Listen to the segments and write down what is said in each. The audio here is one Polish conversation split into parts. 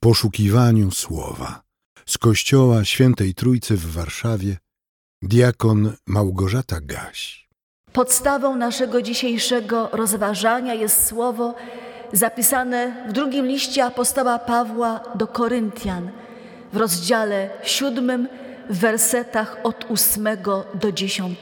poszukiwaniu słowa. Z Kościoła Świętej Trójcy w Warszawie diakon Małgorzata Gaś. Podstawą naszego dzisiejszego rozważania jest słowo zapisane w drugim liście apostoła Pawła do Koryntian w rozdziale 7, w wersetach od 8 do 10.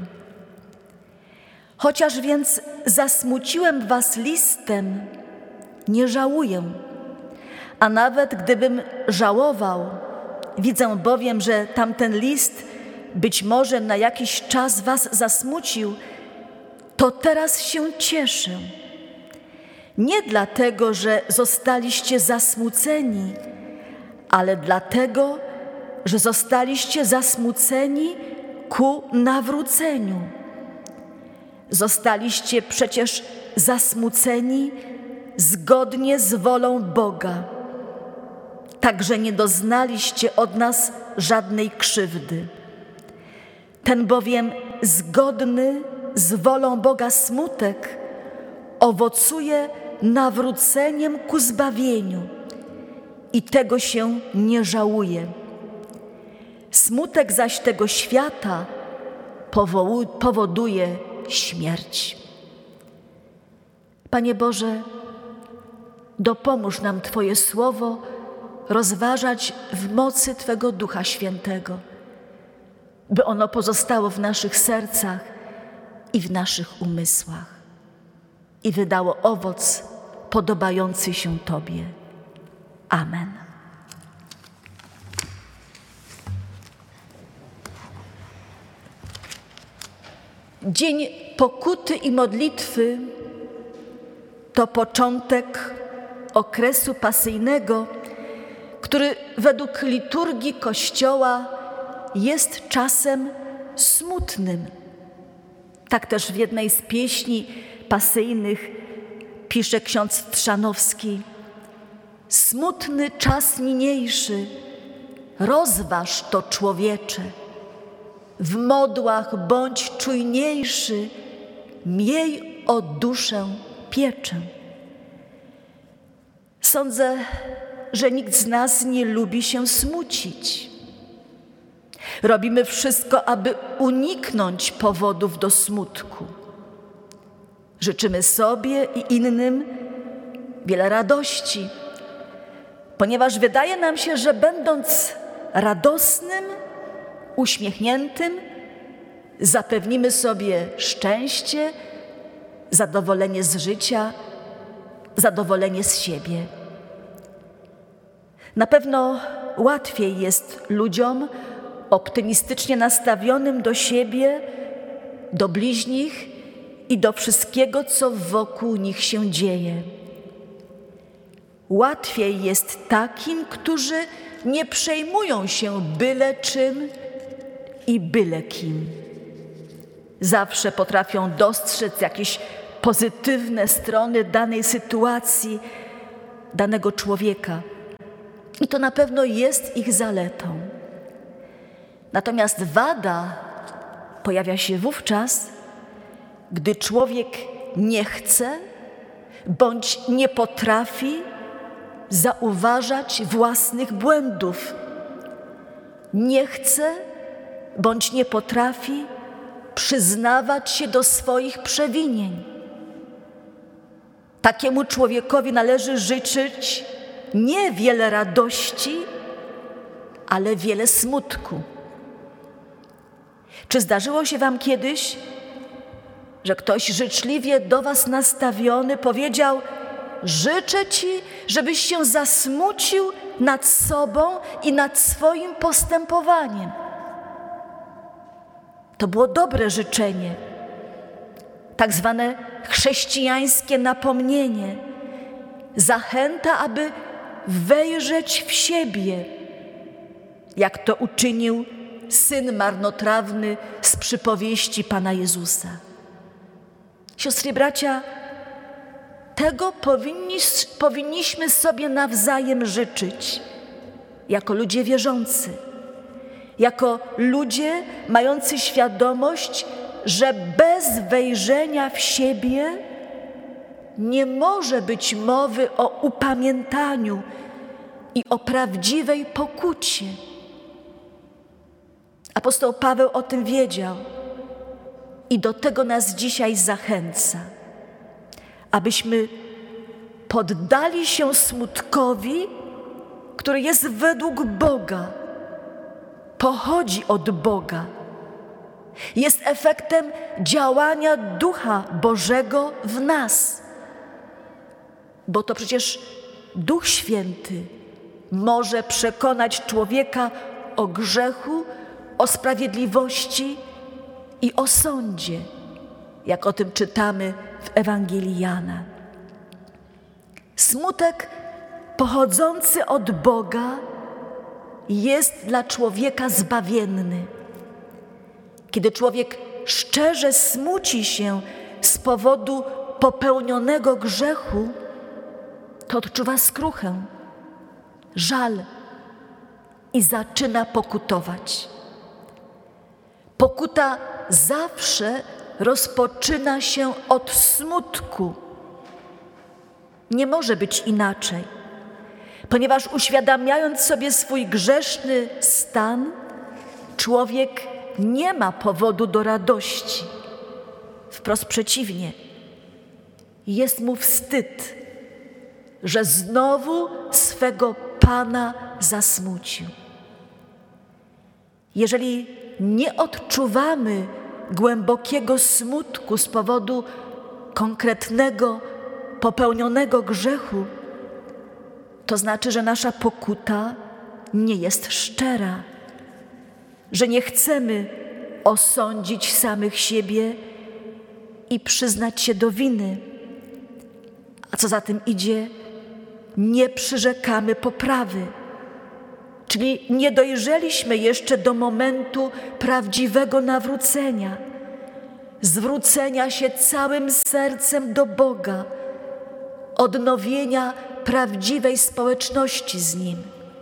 Chociaż więc zasmuciłem was listem, nie żałuję, a nawet gdybym żałował, widzę bowiem, że tamten list być może na jakiś czas was zasmucił, to teraz się cieszę. Nie dlatego, że zostaliście zasmuceni, ale dlatego, że zostaliście zasmuceni ku nawróceniu. Zostaliście przecież zasmuceni zgodnie z wolą Boga. Także nie doznaliście od nas żadnej krzywdy. Ten bowiem zgodny z wolą Boga smutek owocuje nawróceniem ku zbawieniu i tego się nie żałuje. Smutek zaś tego świata powoduje śmierć. Panie Boże, dopomóż nam Twoje słowo rozważać w mocy Twego Ducha Świętego, by ono pozostało w naszych sercach i w naszych umysłach i wydało owoc podobający się Tobie. Amen. Dzień pokuty i modlitwy to początek okresu pasyjnego, który według liturgii Kościoła jest czasem smutnym. Tak też w jednej z pieśni pasyjnych pisze ksiądz Trzanowski: smutny czas niniejszy, rozważ to, człowiecze. W modłach bądź czujniejszy, miej o duszę pieczę. Sądzę, że nikt z nas nie lubi się smucić. Robimy wszystko, aby uniknąć powodów do smutku. Życzymy sobie i innym wiele radości, ponieważ wydaje nam się, że będąc radosnym, uśmiechniętym, zapewnimy sobie szczęście, zadowolenie z życia, zadowolenie z siebie. Na pewno łatwiej jest ludziom optymistycznie nastawionym do siebie, do bliźnich i do wszystkiego, co wokół nich się dzieje. Łatwiej jest takim, którzy nie przejmują się byle czym i byle kim. Zawsze potrafią dostrzec jakieś pozytywne strony danej sytuacji, danego człowieka. I to na pewno jest ich zaletą. Natomiast wada pojawia się wówczas, gdy człowiek nie chce bądź nie potrafi zauważać własnych błędów. Nie chce bądź nie potrafi przyznawać się do swoich przewinień. Takiemu człowiekowi należy życzyć nie wiele radości, ale wiele smutku. Czy zdarzyło się wam kiedyś, że ktoś życzliwie do was nastawiony powiedział: życzę ci, żebyś się zasmucił nad sobą i nad swoim postępowaniem? To było dobre życzenie, tak zwane chrześcijańskie napomnienie, zachęta, aby wejrzeć w siebie, jak to uczynił syn marnotrawny z przypowieści Pana Jezusa. Siostry i bracia, tego powinniśmy sobie nawzajem życzyć, jako ludzie wierzący, jako ludzie mający świadomość, że bez wejrzenia w siebie nie może być mowy o upamiętaniu i o prawdziwej pokucie. Apostoł Paweł o tym wiedział i do tego nas dzisiaj zachęca, abyśmy poddali się smutkowi, który jest według Boga, pochodzi od Boga, jest efektem działania Ducha Bożego w nas. Bo to przecież Duch Święty może przekonać człowieka o grzechu, o sprawiedliwości i o sądzie, jak o tym czytamy w Ewangelii Jana. Smutek pochodzący od Boga jest dla człowieka zbawienny. Kiedy człowiek szczerze smuci się z powodu popełnionego grzechu, to odczuwa skruchę, żal i zaczyna pokutować. Pokuta zawsze rozpoczyna się od smutku. Nie może być inaczej, ponieważ uświadamiając sobie swój grzeszny stan, człowiek nie ma powodu do radości. Wprost przeciwnie, jest mu wstyd, że znowu swego Pana zasmucił. Jeżeli nie odczuwamy głębokiego smutku z powodu konkretnego, popełnionego grzechu, to znaczy, że nasza pokuta nie jest szczera, że nie chcemy osądzić samych siebie i przyznać się do winy, a co za tym idzie, nie przyrzekamy poprawy, czyli nie dojrzeliśmy jeszcze do momentu prawdziwego nawrócenia, zwrócenia się całym sercem do Boga, odnowienia prawdziwej społeczności z Nim.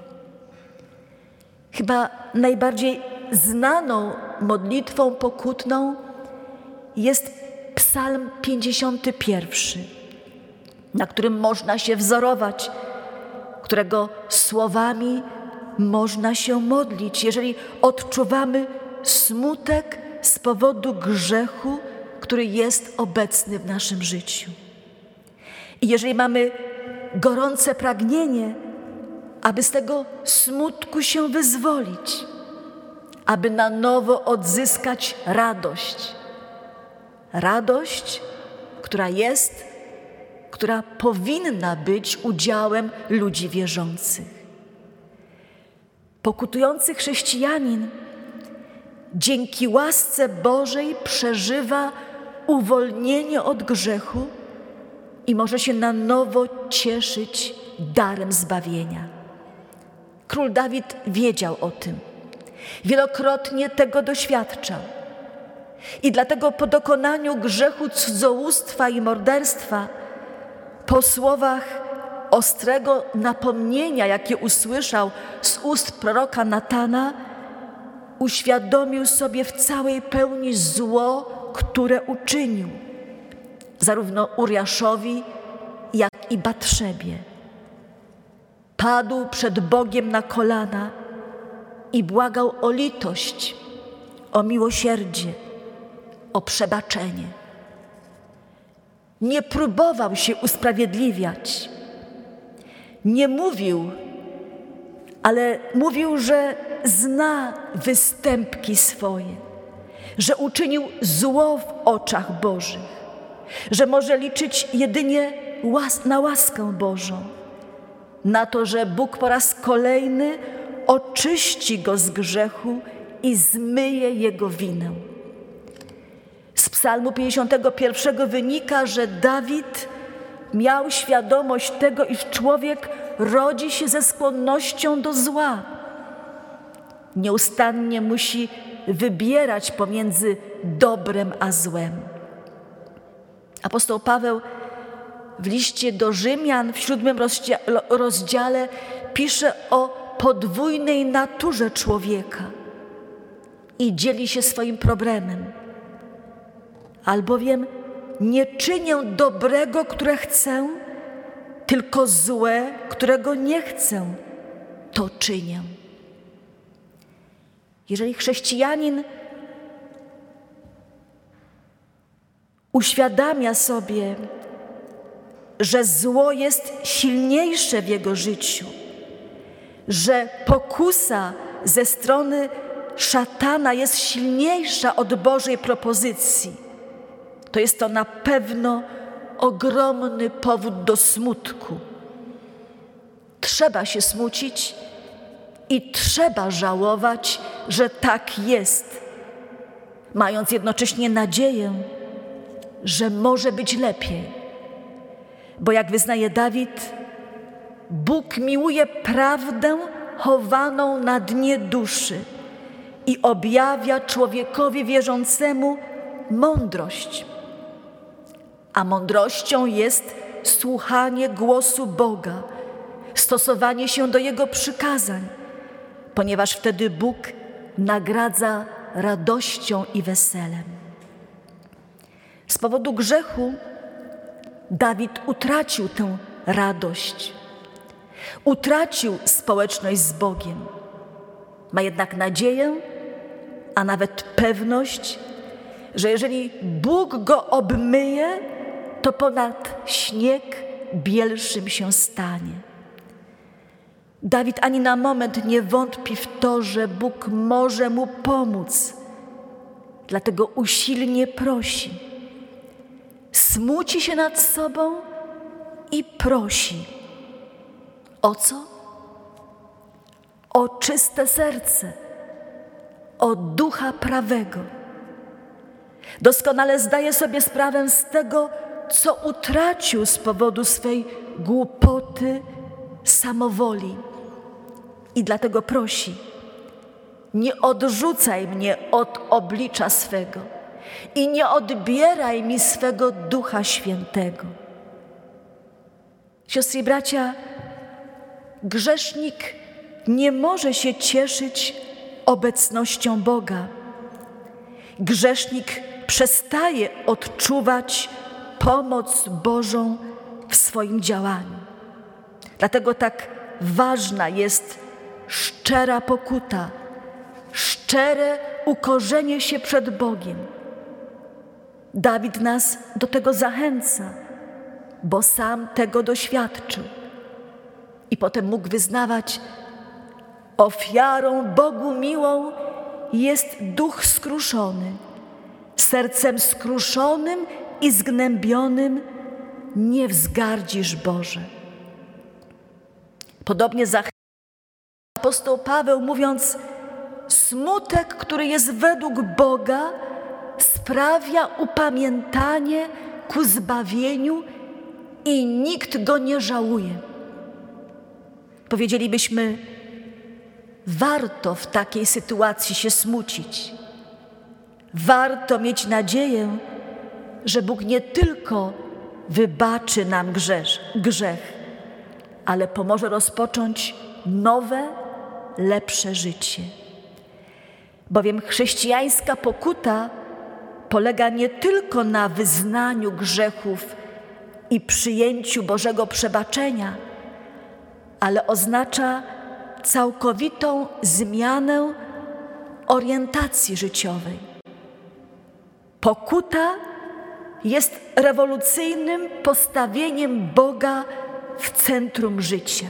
Chyba najbardziej znaną modlitwą pokutną jest Psalm 51, na którym można się wzorować, którego słowami można się modlić, jeżeli odczuwamy smutek z powodu grzechu, który jest obecny w naszym życiu. I jeżeli mamy gorące pragnienie, aby z tego smutku się wyzwolić, aby na nowo odzyskać radość. Radość, która powinna być udziałem ludzi wierzących. Pokutujący chrześcijanin dzięki łasce Bożej przeżywa uwolnienie od grzechu i może się na nowo cieszyć darem zbawienia. Król Dawid wiedział o tym. Wielokrotnie tego doświadczał. I dlatego po dokonaniu grzechu cudzołóstwa i morderstwa, po słowach ostrego napomnienia, jakie usłyszał z ust proroka Natana, uświadomił sobie w całej pełni zło, które uczynił, zarówno Uriaszowi, jak i Batszebie. Padł przed Bogiem na kolana i błagał o litość, o miłosierdzie, o przebaczenie. Nie próbował się usprawiedliwiać. Nie mówił, ale mówił, że zna występki swoje, że uczynił zło w oczach Bożych, że może liczyć jedynie na łaskę Bożą, na to, że Bóg po raz kolejny oczyści go z grzechu i zmyje jego winę. Z Psalmu 51 wynika, że Dawid miał świadomość tego, iż człowiek rodzi się ze skłonnością do zła. Nieustannie musi wybierać pomiędzy dobrem a złem. Apostoł Paweł w liście do Rzymian w 7 rozdziale pisze o podwójnej naturze człowieka i dzieli się swoim problemem. Albowiem nie czynię dobrego, które chcę, tylko złe, którego nie chcę. to czynię. Jeżeli chrześcijanin uświadamia sobie, że zło jest silniejsze w jego życiu, że pokusa ze strony szatana jest silniejsza od Bożej propozycji, to jest to na pewno ogromny powód do smutku. Trzeba się smucić i trzeba żałować, że tak jest, mając jednocześnie nadzieję, że może być lepiej. Bo jak wyznaje Dawid, Bóg miłuje prawdę chowaną na dnie duszy i objawia człowiekowi wierzącemu mądrość. A mądrością jest słuchanie głosu Boga, stosowanie się do Jego przykazań, ponieważ wtedy Bóg nagradza radością i weselem. Z powodu grzechu Dawid utracił tę radość, utracił społeczność z Bogiem. Ma jednak nadzieję, a nawet pewność, że jeżeli Bóg go obmyje, to ponad śnieg bielszym się stanie. Dawid ani na moment nie wątpi w to, że Bóg może mu pomóc. Dlatego usilnie prosi. Smuci się nad sobą i prosi. O co? O czyste serce, o ducha prawego. Doskonale zdaje sobie sprawę z tego, co utracił z powodu swej głupoty, samowoli. I dlatego prosi: nie odrzucaj mnie od oblicza swego i nie odbieraj mi swego Ducha Świętego. Siostry i bracia, grzesznik nie może się cieszyć obecnością Boga. Grzesznik przestaje odczuwać pomoc Bożą w swoim działaniu. Dlatego tak ważna jest szczera pokuta, szczere ukorzenie się przed Bogiem. Dawid nas do tego zachęca, bo sam tego doświadczył. I potem mógł wyznawać: ofiarą Bogu miłą jest duch skruszony. Sercem skruszonym i zgnębionym nie wzgardzisz, Boże. Podobnie zachęca apostoł Paweł, mówiąc: smutek, który jest według Boga, sprawia upamiętanie ku zbawieniu i nikt go nie żałuje. Powiedzielibyśmy: warto w takiej sytuacji się smucić. Warto mieć nadzieję, że Bóg nie tylko wybaczy nam grzech, ale pomoże rozpocząć nowe, lepsze życie. Bowiem chrześcijańska pokuta polega nie tylko na wyznaniu grzechów i przyjęciu Bożego przebaczenia, ale oznacza całkowitą zmianę orientacji życiowej. Pokuta jest rewolucyjnym postawieniem Boga w centrum życia.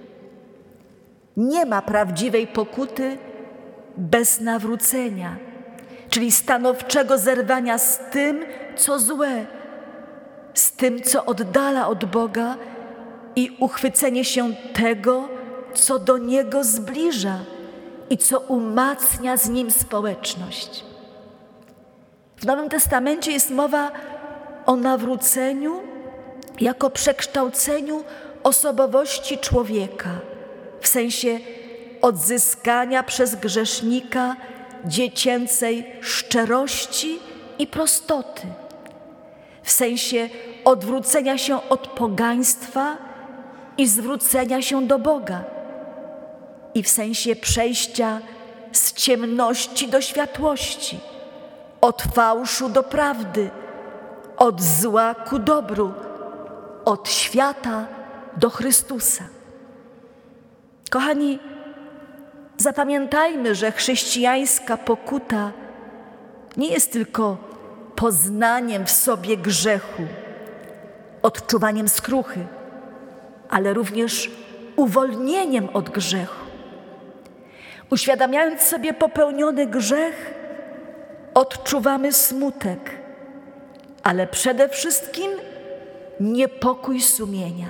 Nie ma prawdziwej pokuty bez nawrócenia, czyli stanowczego zerwania z tym, co złe, z tym, co oddala od Boga, i uchwycenie się tego, co do Niego zbliża i co umacnia z Nim społeczność. W Nowym Testamencie jest mowa o nawróceniu jako przekształceniu osobowości człowieka, w sensie odzyskania przez grzesznika dziecięcej szczerości i prostoty, w sensie odwrócenia się od pogaństwa i zwrócenia się do Boga, i w sensie przejścia z ciemności do światłości, od fałszu do prawdy, od zła ku dobru, od świata do Chrystusa. Kochani, zapamiętajmy, że chrześcijańska pokuta nie jest tylko poznaniem w sobie grzechu, odczuwaniem skruchy, ale również uwolnieniem od grzechu. Uświadamiając sobie popełniony grzech, odczuwamy smutek, ale przede wszystkim niepokój sumienia.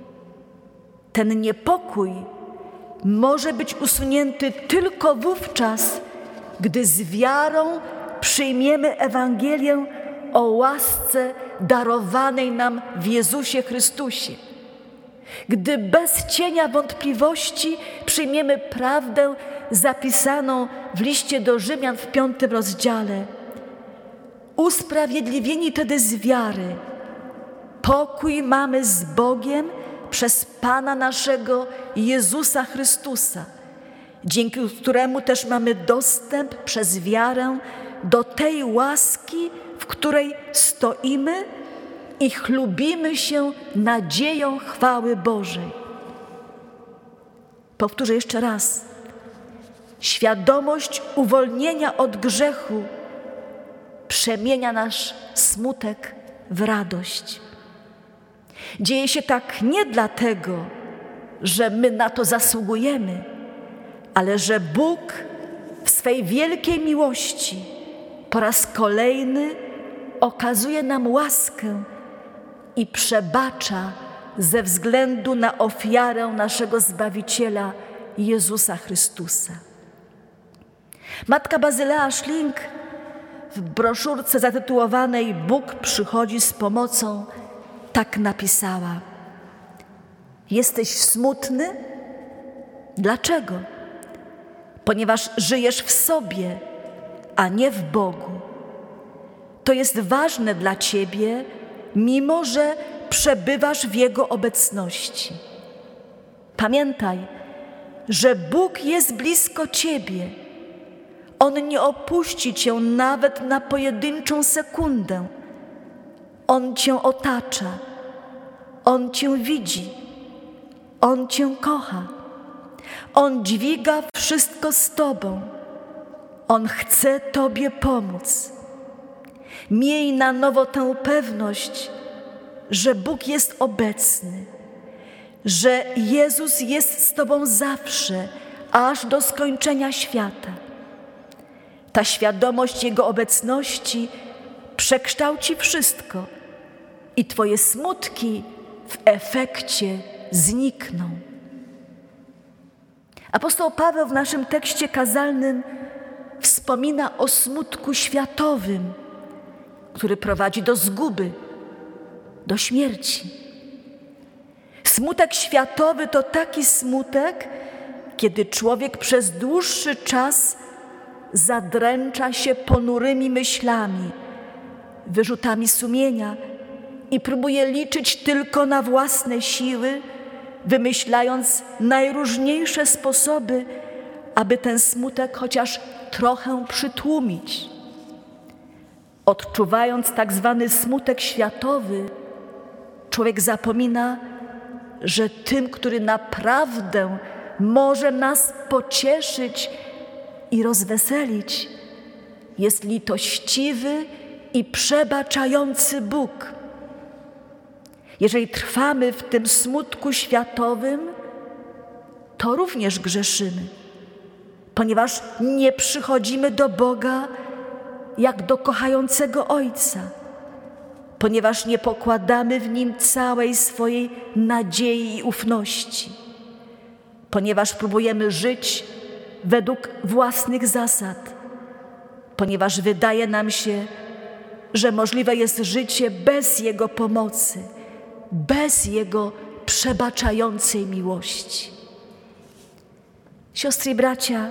Ten niepokój może być usunięty tylko wówczas, gdy z wiarą przyjmiemy Ewangelię o łasce darowanej nam w Jezusie Chrystusie. Gdy bez cienia wątpliwości przyjmiemy prawdę zapisaną w liście do Rzymian w 5 rozdziale. Usprawiedliwieni tedy z wiary, pokój mamy z Bogiem przez Pana naszego Jezusa Chrystusa, dzięki któremu też mamy dostęp przez wiarę do tej łaski, w której stoimy i chlubimy się nadzieją chwały Bożej. Powtórzę jeszcze raz. Świadomość uwolnienia od grzechu przemienia nasz smutek w radość. Dzieje się tak nie dlatego, że my na to zasługujemy, ale że Bóg w swej wielkiej miłości po raz kolejny okazuje nam łaskę i przebacza ze względu na ofiarę naszego Zbawiciela Jezusa Chrystusa. Matka Bazylea Schling w broszurce zatytułowanej „Bóg przychodzi z pomocą” tak napisała: jesteś smutny? Dlaczego? Ponieważ żyjesz w sobie, a nie w Bogu. To jest ważne dla ciebie, mimo że przebywasz w Jego obecności. Pamiętaj, że Bóg jest blisko ciebie. On nie opuści cię nawet na pojedynczą sekundę. On cię otacza. On cię widzi. On cię kocha. On dźwiga wszystko z tobą. On chce tobie pomóc. Miej na nowo tę pewność, że Bóg jest obecny, że Jezus jest z tobą zawsze, aż do skończenia świata. Ta świadomość Jego obecności przekształci wszystko i twoje smutki w efekcie znikną. Apostoł Paweł w naszym tekście kazalnym wspomina o smutku światowym, który prowadzi do zguby, do śmierci. Smutek światowy to taki smutek, kiedy człowiek przez dłuższy czas zadręcza się ponurymi myślami, wyrzutami sumienia i próbuje liczyć tylko na własne siły, wymyślając najróżniejsze sposoby, aby ten smutek chociaż trochę przytłumić. Odczuwając tak zwany smutek światowy, człowiek zapomina, że tym, który naprawdę może nas pocieszyć i rozweselić, jest litościwy i przebaczający Bóg. Jeżeli trwamy w tym smutku światowym, to również grzeszymy, ponieważ nie przychodzimy do Boga jak do kochającego Ojca, ponieważ nie pokładamy w Nim całej swojej nadziei i ufności, ponieważ próbujemy żyć według własnych zasad, ponieważ wydaje nam się, że możliwe jest życie bez Jego pomocy, bez Jego przebaczającej miłości. Siostry i bracia,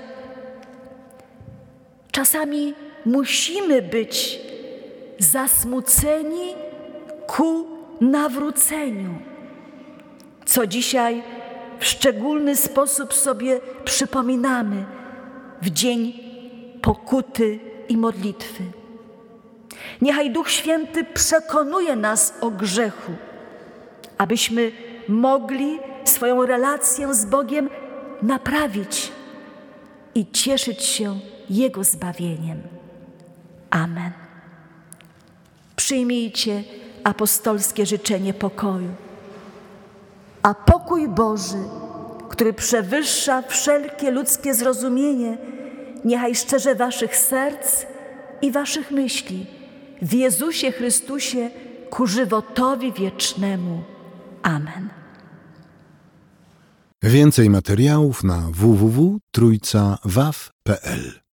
czasami musimy być zasmuceni ku nawróceniu, co dzisiaj w szczególny sposób sobie przypominamy w dzień pokuty i modlitwy. Niechaj Duch Święty przekonuje nas o grzechu, abyśmy mogli swoją relację z Bogiem naprawić i cieszyć się Jego zbawieniem. Amen. Przyjmijcie apostolskie życzenie pokoju. A pokój Boży, który przewyższa wszelkie ludzkie zrozumienie, niechaj szczerze waszych serc i waszych myśli w Jezusie Chrystusie ku żywotowi wiecznemu. Amen. Więcej materiałów na www.trójcawaw.pl